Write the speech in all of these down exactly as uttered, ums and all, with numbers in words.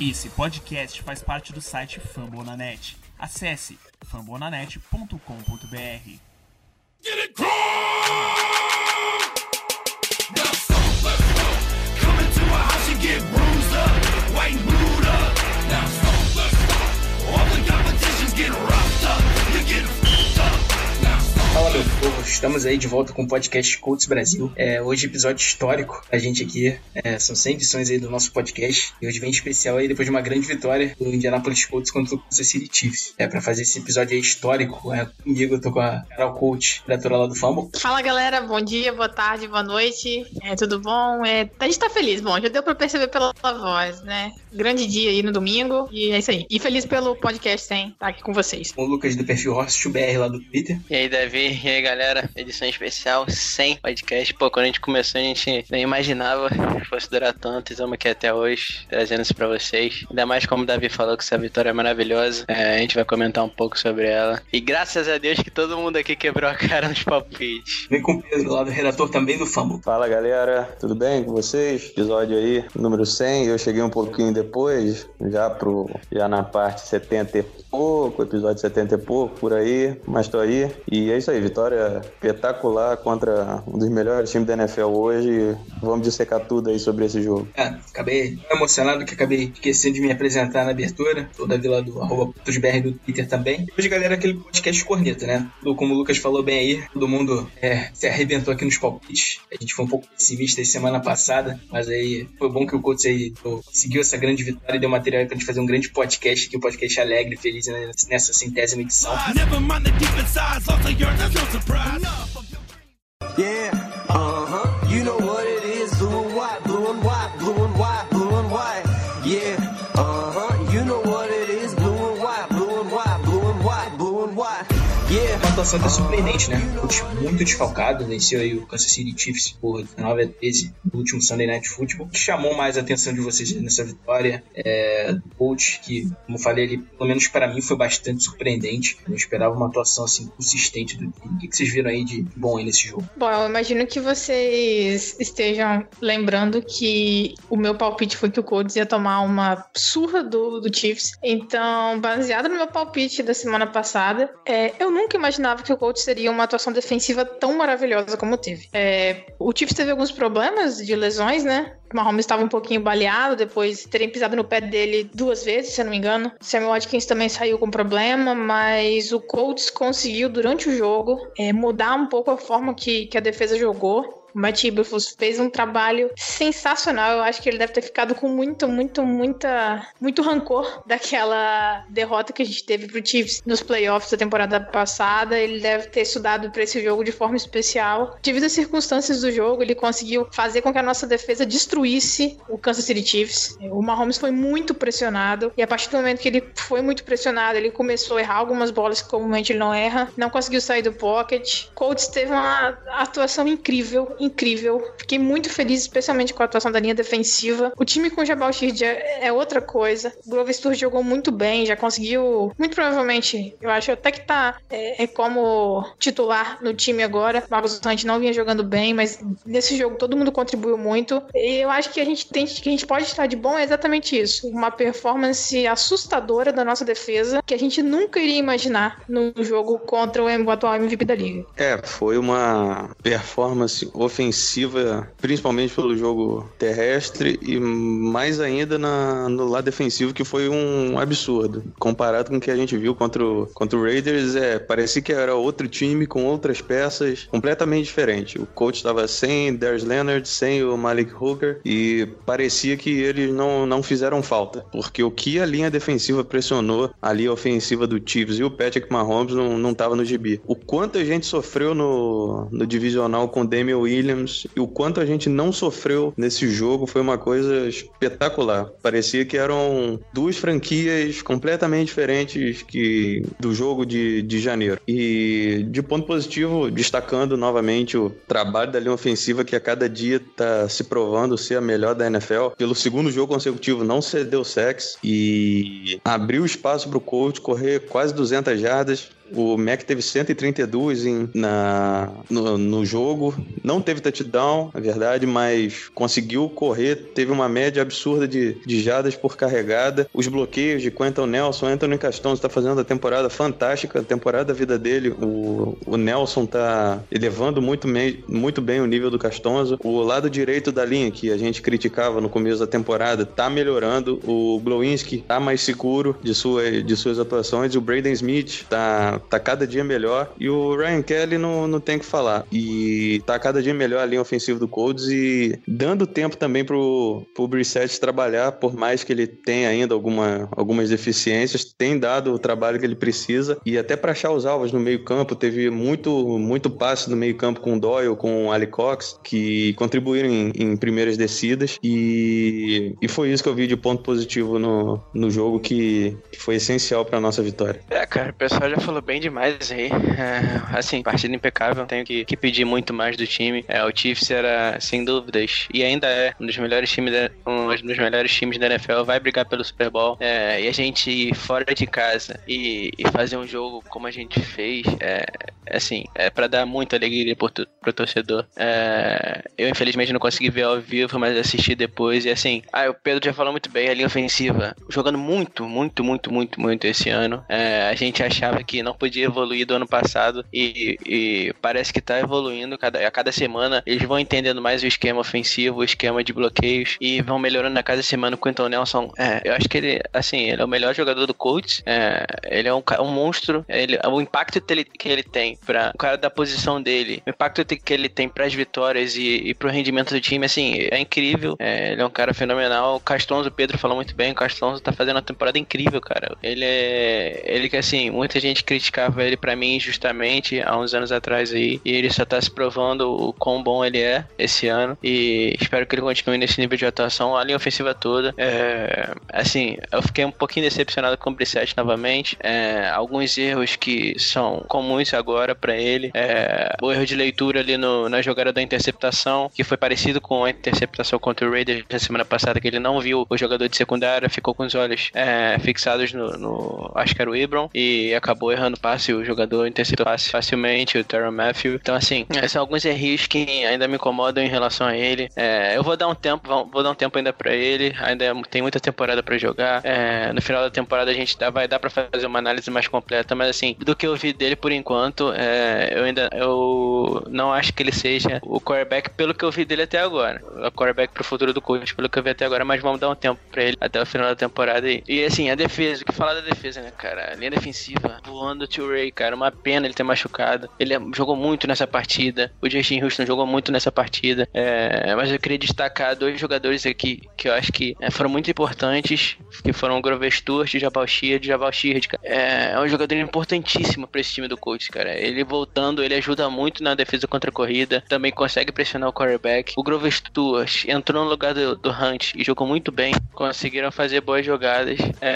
Esse podcast faz parte do site Fambonanet. Acesse fambonanet ponto com ponto b r. Get it crunk! Now stop, let's go. Come into a house and get bruised up, white and blued up. Now stop, let's go. All the competitions get roughed up, you get f***ed up. Fala, meu povo, estamos aí de volta com o podcast Colts Brasil. É, hoje episódio histórico a gente aqui, é, são cem edições aí do nosso podcast e hoje vem especial aí depois de uma grande vitória do Indianapolis Colts contra o Kansas City Chiefs. É, pra fazer esse episódio aí histórico, é, comigo eu tô com a Carol Coach, diretora lá do Fumble. Fala, galera, bom dia, boa tarde, boa noite, é, tudo bom? É, a gente tá feliz, bom, já deu pra perceber pela voz, né? Grande dia aí no domingo e é isso aí. E feliz pelo podcast, hein? Tá aqui com vocês. O Lucas do perfil Horst B R lá do Twitter. E aí, Davi, e aí, galera, edição especial, cem podcast. Pô, quando a gente começou, a gente nem imaginava que fosse durar tanto. Estamos aqui até hoje, trazendo isso pra vocês. Ainda mais como o Davi falou que essa vitória é maravilhosa. É, a gente vai comentar um pouco sobre ela. E graças a Deus que todo mundo aqui quebrou a cara nos palpites. Vem com o Pedro lá do redator também do Fumble. Fala, galera, tudo bem com vocês? Episódio aí, número cem. Eu cheguei um pouquinho depois, já, pro, já na parte setenta e pouco, episódio setenta e pouco, por aí, mas tô aí. E é isso aí, vitória espetacular contra um dos melhores times da N F L hoje. Vamos dissecar tudo aí sobre esse jogo. É, acabei emocionado que acabei esquecendo de me apresentar na abertura. Sou da Vila do arroba B R do Twitter também. E hoje, galera, aquele podcast corneta, né? Como o Lucas falou bem aí, todo mundo é, se arrebentou aqui nos palpites. A gente foi um pouco pessimista aí semana passada, mas aí foi bom que o Colts aí conseguiu essa grande vitória e deu material pra gente fazer um grande podcast aqui, um podcast alegre e feliz né, nessa centésima edição. Yeah, uh-huh, you know what it is, blue and white, blue and white, blue and white, blue and white, yeah, uh-huh, you know what it is, blue and white, blue and white, blue and white, blue and white, yeah. Uma atuação até surpreendente, né? Muito desfalcado, venceu aí o Kansas City Chiefs por dezenove a treze no último Sunday Night Football. O que chamou mais a atenção de vocês nessa vitória é do coach, que, como eu falei ali, pelo menos para mim foi bastante surpreendente. Eu não esperava uma atuação assim consistente do time. O que vocês viram aí de bom aí nesse jogo? Bom, eu imagino que vocês estejam lembrando que o meu palpite foi que o Colts ia tomar uma surra do, do Chiefs. Então, baseado no meu palpite da semana passada, é, eu nunca imaginava que o Colts teria uma atuação defensiva tão maravilhosa como teve. É, o Chiefs teve alguns problemas de lesões, né? O Mahomes estava um pouquinho baleado depois de terem pisado no pé dele duas vezes, se eu não me engano. Samuel Watkins também saiu com problema, mas o Colts conseguiu, durante o jogo, é, mudar um pouco a forma que, que a defesa jogou. O Matt Eberflus fez um trabalho sensacional. Eu acho que ele deve ter ficado com muito, muito, muita, muito rancor daquela derrota que a gente teve pro Chiefs nos playoffs da temporada passada. Ele deve ter estudado para esse jogo de forma especial. Devido às circunstâncias do jogo, ele conseguiu fazer com que a nossa defesa destruísse o Kansas City Chiefs. O Mahomes foi muito pressionado e a partir do momento que ele foi muito pressionado, ele começou a errar algumas bolas que comumente ele não erra. Não conseguiu sair do pocket. Colts teve uma atuação incrível. incrível. Fiquei muito feliz, especialmente com a atuação da linha defensiva. O time com o Jabal Sheard é outra coisa. O Grover Stewart jogou muito bem, já conseguiu, muito provavelmente, eu acho até que tá é, é como titular no time agora. O Marcus Hunt não vinha jogando bem, mas nesse jogo todo mundo contribuiu muito. E eu acho que a gente tem, que a gente pode estar de bom é exatamente isso. Uma performance assustadora da nossa defesa, que a gente nunca iria imaginar no jogo contra o atual M V P da liga. É, foi uma performance ofensiva, principalmente pelo jogo terrestre e mais ainda na, no lado defensivo, que foi um absurdo. Comparado com o que a gente viu contra o, contra o Raiders, é, parecia que era outro time com outras peças completamente diferentes. O coach estava sem Darius Leonard, sem o Malik Hooker e parecia que eles não, não fizeram falta, porque o que a linha defensiva pressionou ali a ofensiva do Chiefs e o Patrick Mahomes não, não tava no gibi. O quanto a gente sofreu no, no divisional com o Damian Williams e o quanto a gente não sofreu nesse jogo foi uma coisa espetacular. Parecia que eram duas franquias completamente diferentes que do jogo de, de janeiro. E de ponto positivo, destacando novamente o trabalho da linha ofensiva, que a cada dia está se provando ser a melhor da N F L. Pelo segundo jogo consecutivo não cedeu sacks e abriu espaço para o coach correr quase duzentas jardas. O Mac teve cento e trinta e dois em, na, no, no jogo. Não teve touchdown, é verdade, mas conseguiu correr. Teve uma média absurda de, de jardas por carregada. Os bloqueios de Quentin Nelson. Anthony Castonzo está fazendo a temporada fantástica. A temporada da vida dele. O, o Nelson está elevando muito, mei, muito bem o nível do Castonzo. O lado direito da linha, que a gente criticava no começo da temporada, tá melhorando. O Glowinski tá mais seguro de, sua, de suas atuações. O Braden Smith tá, tá cada dia melhor. E o Ryan Kelly não, não tem o que falar. E tá cada dia melhor a linha ofensiva do Colts e dando tempo também pro, pro Brissett trabalhar, por mais que ele tenha ainda alguma, algumas deficiências, tem dado o trabalho que ele precisa. E até para achar os alvos no meio campo, teve muito, muito passe no meio campo com o Doyle, com o Ali Cox, que contribuíram em, em primeiras descidas. E, e foi isso que eu vi de ponto positivo no, no jogo, que, que foi essencial para nossa vitória. É, cara, o pessoal já falou bem demais aí. É, assim, partida impecável, tenho que, que pedir muito mais do time. É, o Chiefs era, sem dúvidas, e ainda é um dos melhores times da, um dos melhores times da N F L, vai brigar pelo Super Bowl. É, e a gente ir fora de casa e, e fazer um jogo como a gente fez, é, assim, é pra dar muita alegria pro, pro torcedor. É, eu, infelizmente, não consegui ver ao vivo, mas assisti depois. E assim, ah, o Pedro já falou muito bem, a linha ofensiva jogando muito, muito, muito, muito, muito esse ano. É, a gente achava que não podia evoluir do ano passado e, e parece que tá evoluindo. Cada, a cada semana eles vão entendendo mais o esquema ofensivo, o esquema de bloqueios e vão melhorando a cada semana. O Quentin Nelson, é, eu acho que ele, assim, ele é o melhor jogador do Colts. É, ele é um, um monstro. Ele, o impacto que ele, que ele tem para o cara da posição dele, o impacto que ele tem para as vitórias e, e pro rendimento do time, assim, é incrível. É, ele é um cara fenomenal. O Castonzo, o Pedro falou muito bem, o Castonzo tá fazendo uma temporada incrível, cara. Ele é, ele que assim, muita gente criticava ele pra mim injustamente há uns anos atrás aí, e ele só tá se provando o quão bom ele é esse ano, e espero que ele continue nesse nível de atuação. A linha ofensiva toda, é, assim, eu fiquei um pouquinho decepcionado com o Brissett novamente. É, alguns erros que são comuns agora pra ele, é, o erro de leitura ali no, na jogada da interceptação, que foi parecido com a interceptação contra o Raiders na semana passada, que ele não viu o jogador de secundária, ficou com os olhos é, fixados no, no, acho que era o Ebron, e acabou errando passe, o jogador interceptou passe facilmente, o Tyrann Mathieu. Então assim, são alguns erros que ainda me incomodam em relação a ele. É, eu vou dar um tempo, vou dar um tempo ainda pra ele, ainda tem muita temporada pra jogar. É, no final da temporada a gente dá, vai dar pra fazer uma análise mais completa, mas assim, do que eu vi dele por enquanto, é, eu ainda eu não acho que ele seja o quarterback pelo que eu vi dele até agora. O quarterback pro futuro do Colts, pelo que eu vi até agora, mas vamos dar um tempo pra ele até o final da temporada aí. E assim, a defesa, o que falar da defesa, né, cara? A linha defensiva voando o Toure, cara, uma pena ele ter machucado. Ele jogou muito nessa partida. O Justin Houston jogou muito nessa partida. É, mas eu queria destacar dois jogadores aqui que eu acho que é, foram muito importantes, que foram o Grover Stewart e o Jabal Sheard. Jabal Sheard, cara, é, é um jogador importantíssimo pra esse time do Colts, cara. Ele voltando, ele ajuda muito na defesa contra a corrida, também consegue pressionar o quarterback. O Grover Stewart entrou no lugar do, do Hunt e jogou muito bem. Conseguiram fazer boas jogadas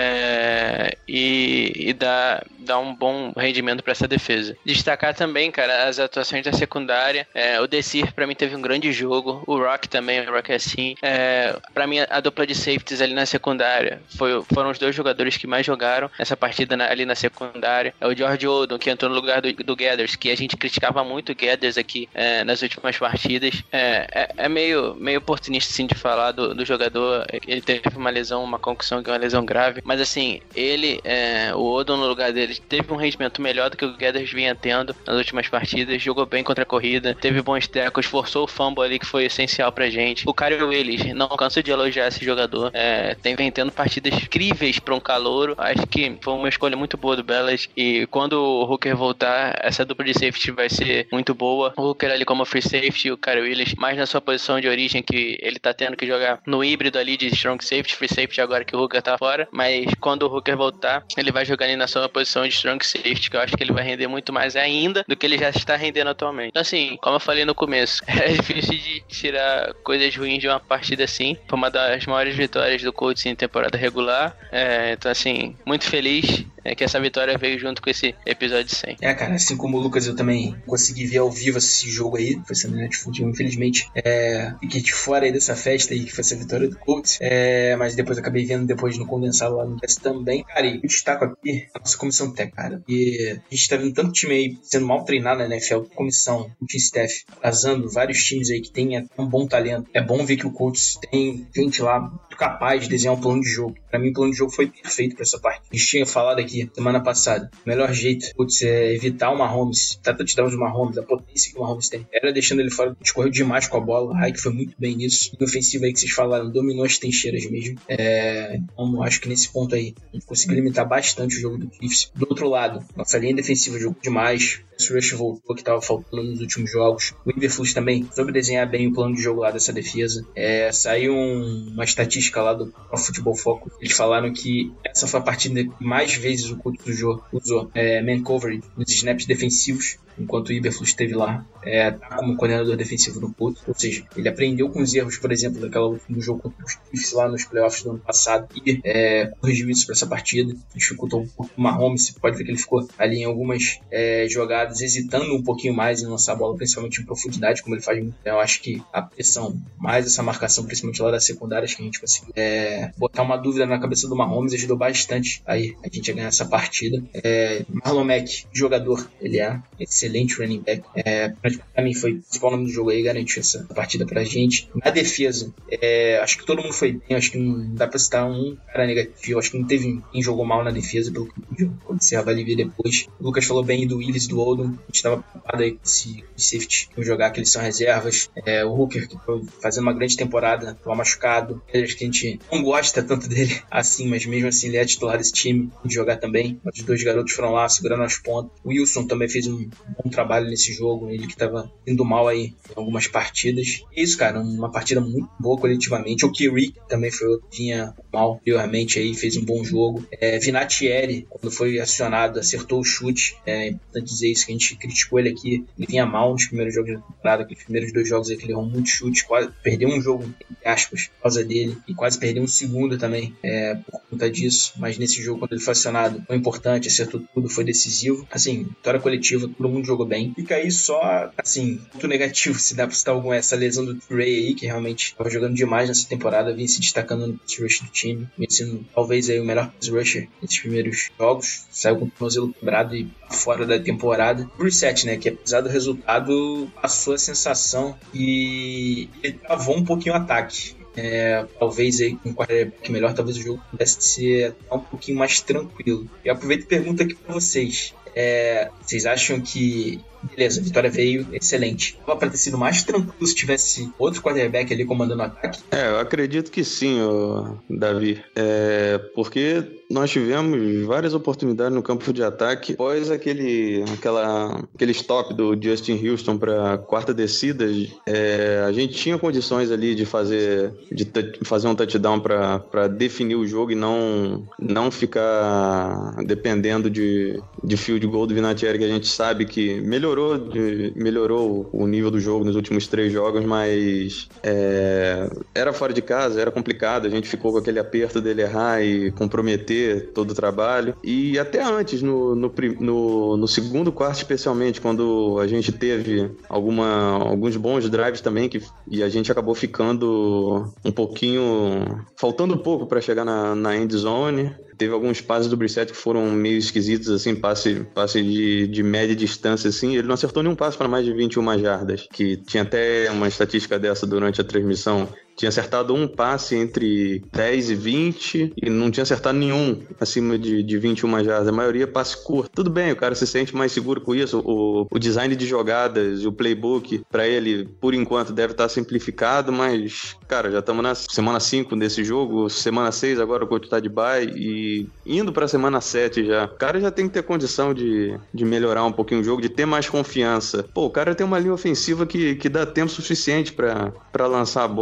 é, e, e dar, dar um bom rendimento pra essa defesa. Destacar também, cara, as atuações da secundária. É, o Desir, pra mim, teve um grande jogo. O Rock também, o Rock é assim. É, pra mim, a dupla de safeties ali na secundária foi, foram os dois jogadores que mais jogaram nessa partida na, ali na secundária. É o George Odom, que entrou no lugar do, do Gathers, que a gente criticava muito o Gathers aqui é, nas últimas partidas. É, é, é meio, meio oportunista, assim, de falar do, do jogador. Ele teve uma lesão, uma concussão, que é uma lesão grave. Mas, assim, ele, é, o Odom no lugar dele, teve um rendimento melhor do que o Gathers vinha tendo nas últimas partidas. Jogou bem contra a corrida, teve bons tecos, forçou o fumble ali, que foi essencial pra gente. O Kyrie Willis, não canso de elogiar esse jogador. É, tem vem tendo partidas incríveis pra um calouro. Acho que foi uma escolha muito boa do Bellas. E quando o Hooker voltar, essa dupla de safety vai ser muito boa. O Hooker ali como free safety, o Kyrie Willis mais na sua posição de origem, que ele tá tendo que jogar no híbrido ali de strong safety, free safety agora que o Hooker tá fora. Mas quando o Hooker voltar, ele vai jogar ali na sua posição de strong safety, que eu acho que ele vai render muito mais ainda do que ele já está rendendo atualmente. Então assim, como eu falei no começo, é difícil de tirar coisas ruins de uma partida assim. Foi uma das maiores vitórias do Colts em temporada regular. É, então assim, muito feliz. é que essa vitória veio junto com esse episódio cem. É, cara, assim como o Lucas, eu também consegui ver ao vivo esse jogo aí, foi sendo Netflix, infelizmente, é, fiquei de fora aí dessa festa aí, que foi essa vitória do Colts, é, mas depois acabei vendo depois no condensado lá no teste também. Cara, e eu destaco aqui a nossa comissão técnica, cara, e a gente tá vendo tanto time aí sendo mal treinado na N F L, comissão, o team staff, atrasando vários times aí que tem um bom talento. É bom ver que o Colts tem gente lá muito capaz de desenhar um plano de jogo. Pra mim, o plano de jogo foi perfeito pra essa parte. A gente tinha falado aqui semana passada, o melhor jeito, Colts, é evitar o Mahomes, tá touchdowns do Mahomes, a potência que o Mahomes tem. Era deixando ele fora, escorreu demais com a bola. O Hayek foi muito bem nisso. E ofensiva aí que vocês falaram, dominou as trincheiras mesmo. É, então, acho que nesse ponto aí, a gente conseguiu limitar bastante o jogo do Chiefs. Do outro lado, nossa linha defensiva jogou demais. O Rush voltou, que estava faltando nos últimos jogos. O Iberflus também soube desenhar bem o plano de jogo lá dessa defesa. É, saiu um, uma estatística lá do Pro Football Focus. Eles falaram que essa foi a partida que mais vezes o Colts usou, usou é, man coverage nos snaps defensivos, enquanto o Iberflus esteve lá é, como coordenador defensivo do Colts. Ou seja, ele aprendeu com os erros, por exemplo, daquela último jogo contra os Chiefs lá nos playoffs do ano passado e é, corrigiu isso para essa partida. Dificultou um pouco o Mahomes. Você pode ver que ele ficou ali em algumas é, jogadas hesitando um pouquinho mais em lançar a bola, principalmente em profundidade, como ele faz muito. Eu acho que a pressão, mais essa marcação, principalmente lá das secundárias, que a gente conseguiu é, botar uma dúvida na cabeça do Mahomes, ajudou bastante aí a gente a ganhar essa partida. É, Marlon Mack, jogador, ele é excelente running back. É, pra mim foi o principal nome do jogo aí, garantiu essa partida pra gente. Na defesa, é, acho que todo mundo foi bem, acho que não dá pra citar um cara negativo, acho que não teve quem jogou mal na defesa, pelo que você vai ver depois. O Lucas falou bem do Willis, do Oldham, a gente estava preocupado aí com esse safety que jogar, que eles são reservas. É, o Hooker, que foi fazendo uma grande temporada, estava machucado. Acho que a gente não gosta tanto dele assim, mas mesmo assim ele é titular desse time, de jogar também. Os dois garotos foram lá segurando as pontas. O Wilson também fez um bom trabalho nesse jogo, ele que estava indo mal aí em algumas partidas. E isso, cara, uma partida muito boa coletivamente. O Kiri também foi outro, vinha mal anteriormente aí, fez um bom jogo. É, Vinatieri, quando foi acionado, acertou o chute. É importante dizer isso, que a gente criticou ele aqui, ele vinha mal nos primeiros jogos da temporada, aqueles primeiros dois jogos aí que ele errou muito chute, quase perdeu um jogo, entre aspas, por causa dele, e quase perdeu um segundo também, é, por conta disso, mas nesse jogo, quando ele foi acionado, foi importante, acertou tudo, foi decisivo, assim, vitória coletiva, todo mundo jogou bem. Fica aí só, assim, ponto negativo, se dá pra citar algum, essa lesão do Ray aí, que realmente estava jogando demais nessa temporada, vinha se destacando no pass rush do time, vinha sendo talvez aí o melhor pass rusher nesses primeiros jogos, saiu com o tornozelo quebrado e fora da temporada. Brissett, né, que apesar do resultado, passou a sensação e ele travou um pouquinho o ataque. É, talvez aí com um quarterback melhor, talvez o jogo pudesse ser um pouquinho mais tranquilo. Eu aproveito e pergunto aqui para vocês. É, vocês acham que, beleza, a vitória veio, excelente, dava pra ter sido mais tranquilo se tivesse outro quarterback ali comandando o ataque? É, eu acredito que sim, ô, Davi. É, porque nós tivemos várias oportunidades no campo de ataque após aquele, aquela, aquele stop do Justin Houston para quarta descida. É, a gente tinha condições ali de fazer, de fazer um touchdown para definir o jogo e não, não ficar dependendo de, de field goal do Vinatieri, que a gente sabe que melhorou, de, melhorou o nível do jogo nos últimos três jogos, mas é, era fora de casa, era complicado, a gente ficou com aquele aperto dele errar e comprometer todo o trabalho. E até antes, no, no, no, no segundo quarto especialmente, quando a gente teve alguma, alguns bons drives também, que, e a gente acabou ficando um pouquinho, faltando um pouco para chegar na, na end zone. Teve alguns passes do Brissett que foram meio esquisitos, assim, passe, passe de, de média distância, assim. Ele não acertou nenhum passe para mais de vinte e uma jardas, que tinha até uma estatística dessa durante a transmissão. Tinha acertado um passe entre dez e vinte e não tinha acertado nenhum acima de, de vinte e uma jardas. A maioria passe curto. Tudo bem, o cara se sente mais seguro com isso. O, o design de jogadas e o playbook, para ele, por enquanto, deve estar simplificado, mas, cara, já estamos na semana cinco desse jogo, semana seis agora o coach tá de bye e indo pra semana sete já. O cara já tem que ter condição de, de melhorar um pouquinho o jogo, de ter mais confiança. Pô, o cara tem uma linha ofensiva que, que dá tempo suficiente pra, pra lançar a bola.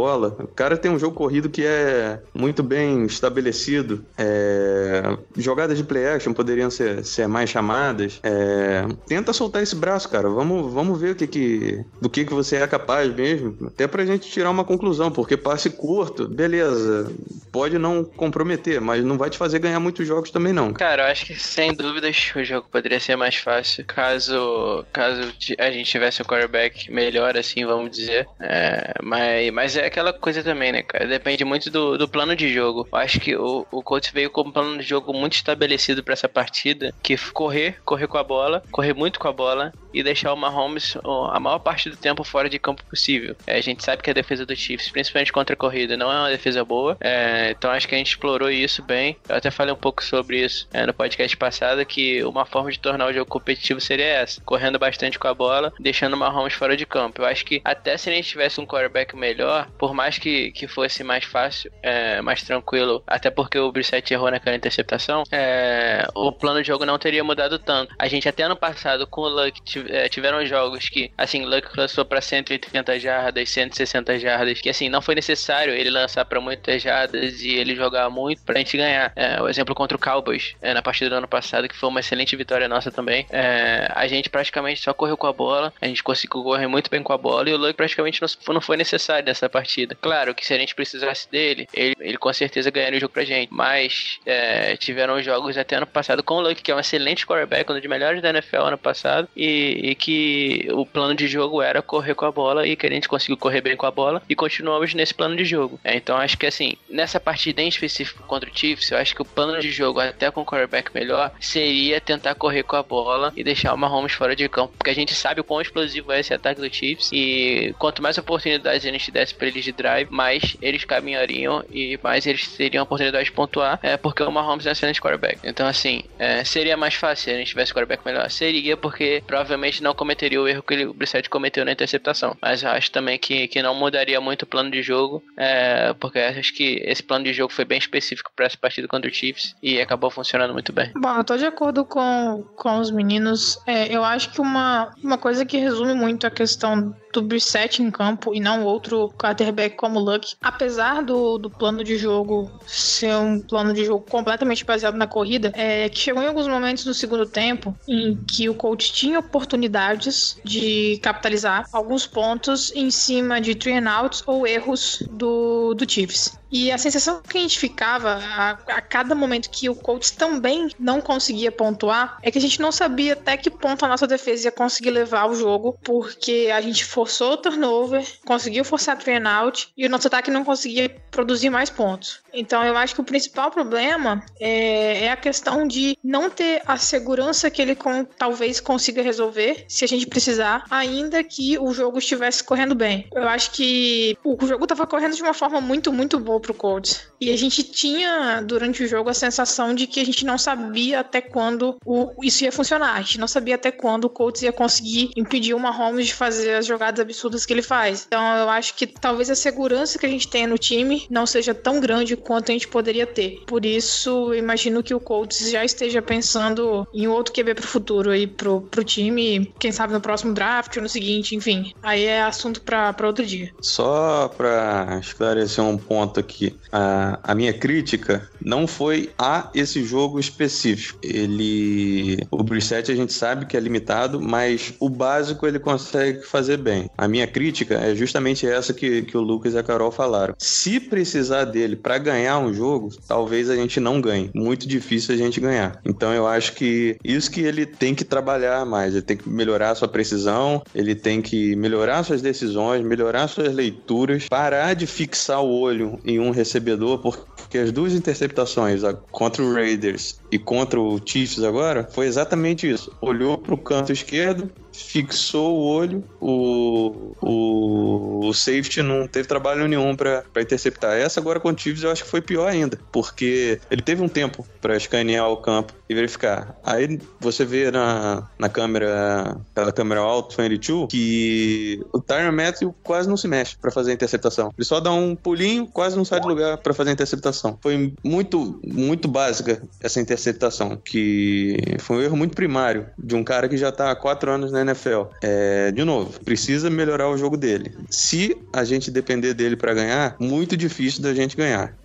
o cara tem um jogo corrido que é muito bem estabelecido. É, jogadas de play action poderiam ser, ser mais chamadas. É, tenta soltar esse braço, cara. Vamos, vamos ver o que que, do que, que você é capaz mesmo. Até pra gente tirar uma conclusão, porque passe curto, beleza, pode não comprometer, mas não vai te fazer ganhar muitos jogos também não. Cara, eu acho que sem dúvidas o jogo poderia ser mais fácil caso, caso a gente tivesse um quarterback melhor, assim, vamos dizer. É, mas, mas é aquela coisa também, né, cara? Depende muito do, do plano de jogo. Eu acho que o, o Colts veio com um plano de jogo muito estabelecido pra essa partida, que correr, correr com a bola, correr muito com a bola e deixar o Mahomes a maior parte do tempo fora de campo possível. É, a gente sabe que a defesa do Chiefs, principalmente contra a corrida, não é uma defesa boa. É, então acho que a gente explorou isso bem. Eu até falei um pouco sobre isso é, no podcast passado, que uma forma de tornar o jogo competitivo seria essa, correndo bastante com a bola, deixando o Mahomes fora de campo. Eu acho que até se a gente tivesse um quarterback melhor, por mais que, que fosse mais fácil, é, mais tranquilo, até porque o Brissett errou naquela interceptação, é, o plano de jogo não teria mudado tanto. A gente até ano passado com o Luck é, tiveram jogos que, assim, Luck lançou pra cento e oitenta jardas, cento e sessenta jardas, que assim, não foi necessário ele lançar pra muitas jardas e ele jogar muito pra gente ganhar. É, o exemplo contra o Cowboys, é, na partida do ano passado, que foi uma excelente vitória nossa também. É, a gente praticamente só correu com a bola, a gente conseguiu correr muito bem com a bola e o Luck praticamente não, não foi necessário nessa partida. Claro que se a gente precisasse dele, ele, ele com certeza ganharia o jogo pra gente, mas é, tiveram jogos até ano passado com o Luck, que é um excelente quarterback, um dos melhores da N F L ano passado, e, e que o plano de jogo era correr com a bola e que a gente conseguiu correr bem com a bola e continuamos nesse plano de jogo. É, então acho que assim, nessa partida em específico contra o Chiefs, eu acho que o plano de jogo, até com o quarterback melhor, seria tentar correr com a bola e deixar o Mahomes fora de campo, porque a gente sabe o quão explosivo é esse ataque do Chiefs e quanto mais oportunidades a gente desse pra eles de drive, mais eles caminhariam e mais eles teriam a oportunidade de pontuar, é, porque o Mahomes é um excelente quarterback. Então assim, é, seria mais fácil se a gente tivesse quarterback melhor? Seria, porque provavelmente não cometeria o erro que ele, o Brissett cometeu na interceptação, mas eu acho também que, que não mudaria muito o plano de jogo, é, porque eu acho que esse plano de jogo foi bem específico para essa partida contra o Chiefs e acabou funcionando muito bem. Bom, eu tô de acordo com, com os meninos. É, eu acho que uma, uma coisa que resume muito a questão do Brissett em campo e não outro quarterback como o Luck, apesar do, do plano de jogo ser um plano de jogo completamente baseado na corrida, é que chegou em alguns momentos no segundo tempo em que o coach tinha oportunidades de capitalizar alguns pontos em cima de three and outs ou erros do, do Chiefs. E a sensação que a gente ficava a, a cada momento que o Colts também não conseguia pontuar é que a gente não sabia até que ponto a nossa defesa ia conseguir levar o jogo, porque a gente forçou o turnover, conseguiu forçar three and out e o nosso ataque não conseguia produzir mais pontos. Então eu acho que o principal problema é, é a questão de não ter a segurança que ele com, talvez consiga resolver se a gente precisar, ainda que o jogo estivesse correndo bem. Eu acho que o jogo estava correndo de uma forma muito, muito boa pro Colts. E a gente tinha, durante o jogo, a sensação de que a gente não sabia até quando o, isso ia funcionar. A gente não sabia até quando o Colts ia conseguir impedir o Mahomes de fazer as jogadas absurdas que ele faz. Então eu acho que talvez a segurança que a gente tenha no time não seja tão grande quanto a gente poderia ter. Por isso, eu imagino que o Colts já esteja pensando em outro Q B pro futuro aí pro, pro time, quem sabe no próximo draft ou no seguinte, enfim. Aí é assunto pra, pra outro dia. Só pra esclarecer um ponto aqui, a, a minha crítica não foi a esse jogo específico. Ele... O Brissett a gente sabe que é limitado, mas o básico ele consegue fazer bem. A minha crítica é justamente essa que, que o Lucas e a Carol falaram. Se precisar dele pra ganhar um jogo, talvez a gente não ganhe. Muito difícil a gente ganhar. Então eu acho que isso que ele tem que trabalhar mais. Ele tem que melhorar a sua precisão, ele tem que melhorar suas decisões, melhorar suas leituras, parar de fixar o olho em um recebedor, porque as duas interceptações contra o Raiders e contra o Chiefs agora, foi exatamente isso. Olhou pro canto esquerdo, fixou o olho, o, o, o safety não teve trabalho nenhum pra, pra interceptar. Essa agora com o Chiefs eu acho que foi pior ainda, porque ele teve um tempo pra escanear o campo e verificar. Aí você vê na, na câmera, pela câmera alto vinte e dois, que o Tyrann Mathieu quase não se mexe pra fazer a interceptação. Ele só dá um pulinho, quase não sai do lugar pra fazer a interceptação. Foi muito, muito básica essa interceptação, que foi um erro muito primário de um cara que já tá há quatro anos na N F L. É, de novo, precisa melhorar o jogo dele. Se a gente depender dele pra ganhar, muito difícil da gente ganhar.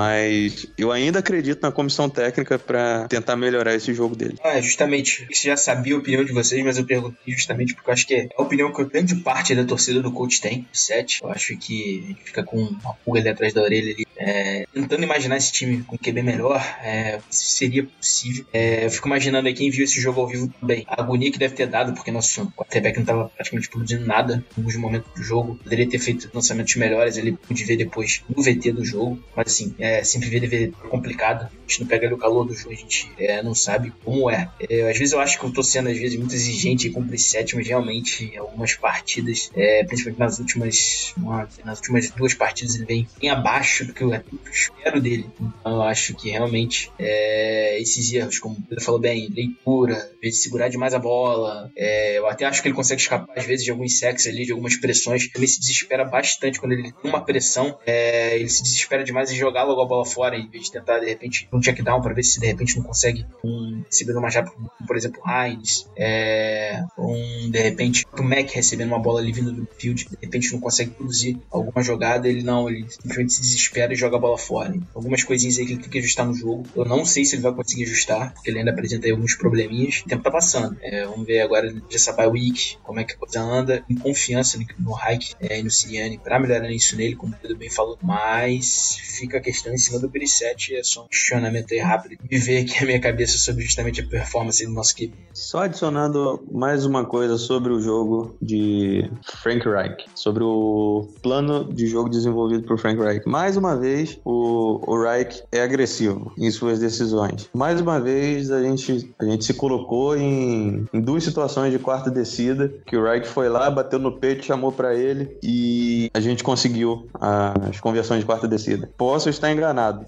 Mas eu ainda acredito na comissão técnica pra tentar melhorar esse jogo dele. Ah, justamente. Você já sabia a opinião de vocês, mas eu perguntei justamente porque eu acho que é a opinião que grande parte da torcida do Colts tem. sete. Eu acho que a gente fica com uma pulga ali atrás da orelha ali, é, tentando imaginar esse time com Q B melhor, é, se seria possível. É, eu fico imaginando aí quem viu esse jogo ao vivo também. A agonia que deve ter dado, porque nosso quarterback não estava praticamente produzindo nada em alguns momentos do jogo. Poderia ter feito lançamentos melhores, ele pude ver depois no V T do jogo. Mas assim, é, sempre ver D V D é complicado. A gente não pega ali o calor do jogo, a gente é, não sabe como é. é. Às vezes eu acho que eu tô sendo, às vezes, muito exigente com o preset, mas realmente algumas partidas, é, principalmente nas últimas, uma, nas últimas duas partidas, ele vem bem abaixo do que eu, do que eu espero dele. Então eu acho que realmente é, esses erros, como o Pedro falou bem, leitura, às vezes segurar demais a bola, é, eu até acho que ele consegue escapar às vezes de alguns sacks ali, de algumas pressões. Ele se desespera bastante quando ele tem uma pressão, é, ele se desespera demais em jogar logo a bola fora, em vez de tentar de repente um check down para ver se de repente não consegue um, receber uma jab, por exemplo, Hines, é, um, de repente o Mac recebendo uma bola ali vindo do field, de repente não consegue produzir alguma jogada, ele não, ele simplesmente se desespera e joga a bola fora. Algumas coisinhas aí que ele tem que ajustar no jogo. Eu não sei se ele vai conseguir ajustar, porque ele ainda apresenta aí alguns probleminhas. O tempo tá passando. É, vamos ver agora nessa bye week como é que a coisa anda. Em confiança no, no Hike é, e no Sirianni pra melhorar isso nele, como o Pedro bem falou. Mas fica a questão em cima do Brissett. É só um questionamento aí rápido e ver aqui a minha cabeça sobre justamente a performance do nosso Q B. Só adicionando mais uma coisa sobre o jogo de Frank Reich, sobre o plano de jogo desenvolvido por Frank Reich. Mais uma vez, o, o Reich é agressivo em suas decisões. Mais uma vez, a gente, a gente se colocou em, em duas situações de quarta descida, que o Reich foi lá, bateu no peito, chamou pra ele e a gente conseguiu as conversões de quarta descida. Posso estar enganado,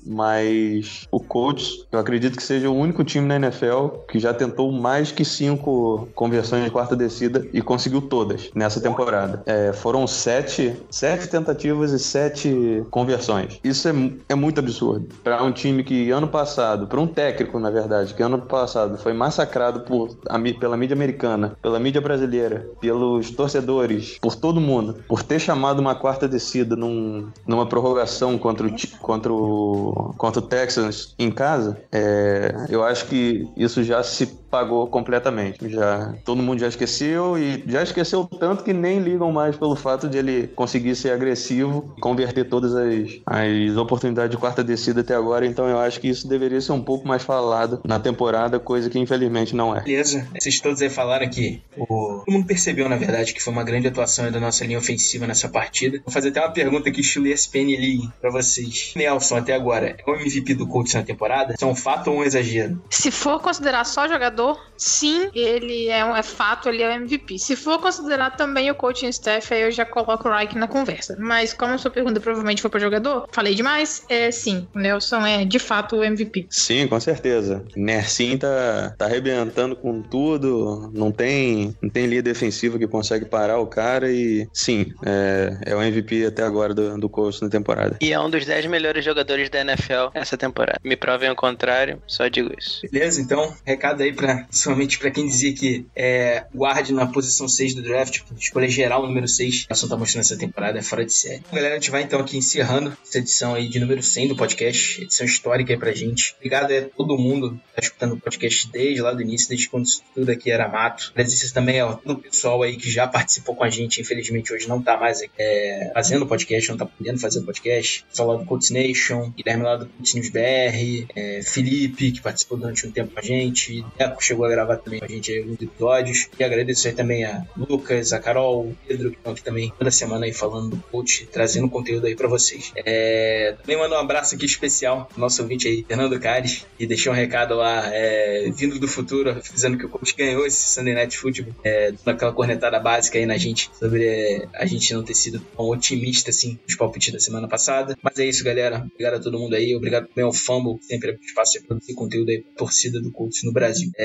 mas o Colts, eu acredito que seja o único time na N F L que já tentou mais que cinco conversões de quarta descida e conseguiu todas nessa temporada. É, foram sete, sete tentativas e sete conversões. Isso é, é muito absurdo. Para um time que ano passado, para um técnico, na verdade, que ano passado foi massacrado por, a, pela mídia americana, pela mídia brasileira, pelos torcedores, por todo mundo, por ter chamado uma quarta descida num, numa prorrogação contra o, contra o, contra o Texans em casa, é, eu acho que isso já se pagou completamente. Já, todo mundo já esqueceu e já esqueceu tanto que nem ligam mais pelo fato de ele conseguir ser agressivo e converter todas as, as oportunidades de quarta descida até agora. Então eu acho que isso deveria ser um pouco mais falado na temporada, coisa que infelizmente não é. Beleza. Vocês todos aí falaram que o... todo mundo percebeu, na verdade, que foi uma grande atuação da nossa linha ofensiva nessa partida. Vou fazer até uma pergunta aqui, estilo E S P N ali, pra vocês. Nelson, até agora, é o M V P do Colts na temporada? Isso é um fato ou um exagero? Se for considerar só jogador, sim, ele é, um, é fato, ele é o M V P. Se for considerar também o coaching staff, aí eu já coloco o Reich na conversa. Mas como a sua pergunta provavelmente foi para jogador, falei demais, é sim, o Nelson é de fato o M V P. Sim, com certeza. Nersin tá, tá arrebentando com tudo, não tem, não tem linha defensiva que consegue parar o cara e sim, é, é o M V P até agora do, do Colts na temporada. E é um dos dez melhores jogadores da N F L essa temporada. Me provem o contrário, só digo isso. Beleza, então, recado aí pra, somente pra quem dizia que é guarde na posição seis do draft, escolha geral número seis, a ação tá mostrando essa temporada, é fora de série. Bom, galera, a gente vai então aqui encerrando essa edição aí de número cem do podcast, edição histórica aí pra gente. Obrigado a todo mundo que tá escutando o podcast desde lá do início, desde quando isso tudo aqui era mato. Agradeço também ao todo o pessoal aí que já participou com a gente, infelizmente hoje não tá mais é, fazendo podcast, não tá podendo fazer o podcast. Pessoal lá do Colts Nation, Guilherme lá do Colts News B R, é, Felipe, que participou durante um tempo com a gente, Deco chegou a gravar também com a gente aí alguns episódios, e agradeço aí também a Lucas, a Carol, o Pedro, que estão aqui também toda semana aí falando do Coach, trazendo conteúdo aí pra vocês. É, também mando um abraço aqui especial pro nosso ouvinte aí, Fernando Cares, e deixou um recado lá, é, vindo do futuro, dizendo que o Coach ganhou esse Sunday Night Football, é, naquela cornetada básica aí na gente, sobre é, a gente não ter sido tão otimista assim nos palpites da semana passada. Mas é isso, galera. Obrigado a todo mundo aí, obrigado também ao Fumble, que sempre é espaço de produzir conteúdo aí pra torcida do Colts no Brasil. É,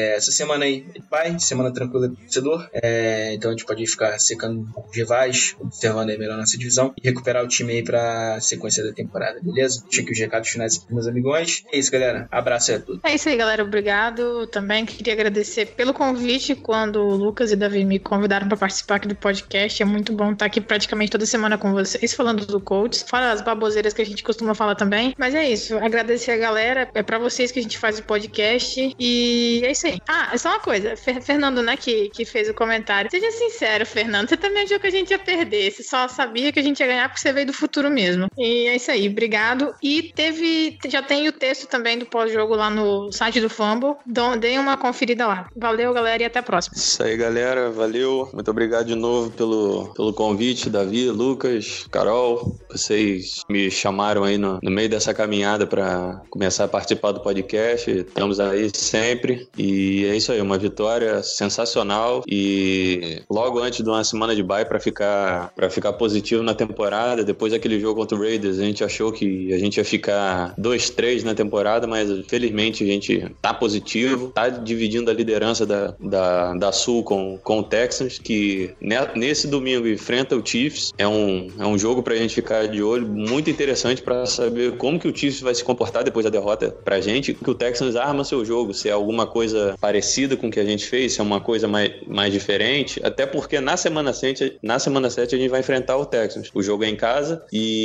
É, essa semana aí, pai, semana tranquila do torcedor. É, então a gente pode ficar secando um pouco de rivais, observando aí melhor nossa divisão e recuperar o time aí pra sequência da temporada, beleza? Deixa aqui os recados finais aqui pros meus amigões. É isso, galera. Abraço aí a todos. É isso aí, galera. Obrigado. Também queria agradecer pelo convite quando o Lucas e Davi me convidaram para participar aqui do podcast. É muito bom estar aqui praticamente toda semana com vocês, falando do Colts. Fora as baboseiras que a gente costuma falar também. Mas é isso. Agradecer a galera. É pra vocês que a gente faz o podcast. E é isso aí. Ah, é só uma coisa. Fer- Fernando, né, que, que fez o comentário. Seja sincero, Fernando. Você também achou que a gente ia perder. Você só sabia que a gente ia ganhar porque você veio do futuro mesmo. E é isso aí. Obrigado. E teve... Já tem o texto também do pós-jogo lá no site do Fumble. Dão- Deem uma conferida lá. Valeu, galera, e até a próxima. Isso aí, galera. Valeu. Muito obrigado de novo pelo, pelo convite, Davi, Lucas, Carol. Vocês me chamaram aí no, no meio dessa caminhada para começar a participar do podcast. Estamos aí sempre. E é isso aí, uma vitória sensacional. E logo antes de uma semana de bye para ficar, para ficar positivo na temporada. Depois daquele jogo contra o Raiders, a gente achou que a gente ia ficar dois três na temporada, mas felizmente a gente tá positivo, tá dividindo a liderança da, da, da Sul com, com o Texans, que ne- nesse domingo enfrenta o Chiefs. É um, é um jogo pra gente ficar de olho, muito interessante pra saber como que o Chiefs vai se comportar depois da derrota pra gente, que o Texans arma seu jogo, se é alguma coisa parecida com o que a gente fez, se é uma coisa mais, mais diferente, até porque na semana sete, na semana sete a gente vai enfrentar o Texans. O jogo é em casa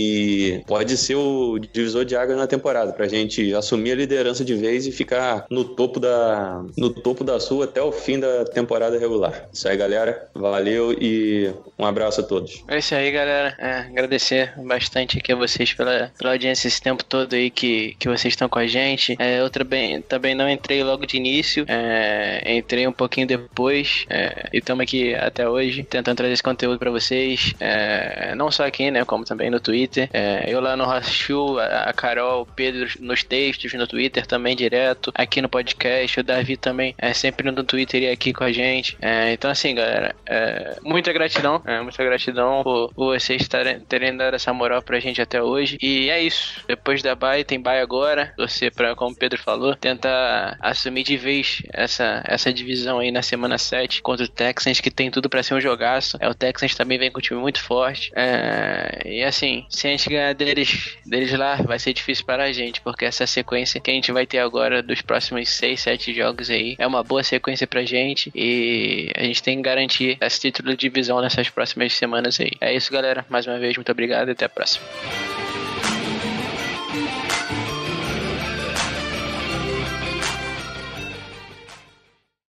e pode ser o divisor de águas na temporada, pra gente assumir a liderança de vez e ficar no topo da, no topo da Sul até o fim da temporada regular. Isso aí, galera. Valeu e um abraço a todos. É isso aí, galera. É, agradecer bastante aqui a vocês pela, pela audiência esse tempo todo aí que, que vocês estão com a gente. É, eu também, também não entrei logo de início, é, entrei um pouquinho depois, é, e estamos aqui até hoje tentando trazer esse conteúdo pra vocês, é, não só aqui, né, como também no Twitter. É, eu lá no Rashu, a, a Carol, o Pedro nos textos, no Twitter também direto, aqui no podcast, o Davi também é sempre no Twitter e aqui com a gente. É, então assim, galera, é, muita gratidão, é, muita gratidão por, por vocês tarem, terem dado essa moral pra gente até hoje. E é isso, depois da bye, tem bye agora, você pra, como o Pedro falou, tentar assumir de vez essa, essa divisão aí na semana sete contra o Texans, que tem tudo pra ser um jogaço. É, o Texans também vem com um time muito forte, é, e assim, se a gente ganhar deles, deles lá, vai ser difícil para a gente, porque essa sequência que a gente vai ter agora dos próximos seis, sete jogos aí é uma boa sequência pra gente, e a gente tem que garantir esse título de divisão nessas próximas semanas aí. É isso, galera, mais uma vez, muito obrigado e até a próxima.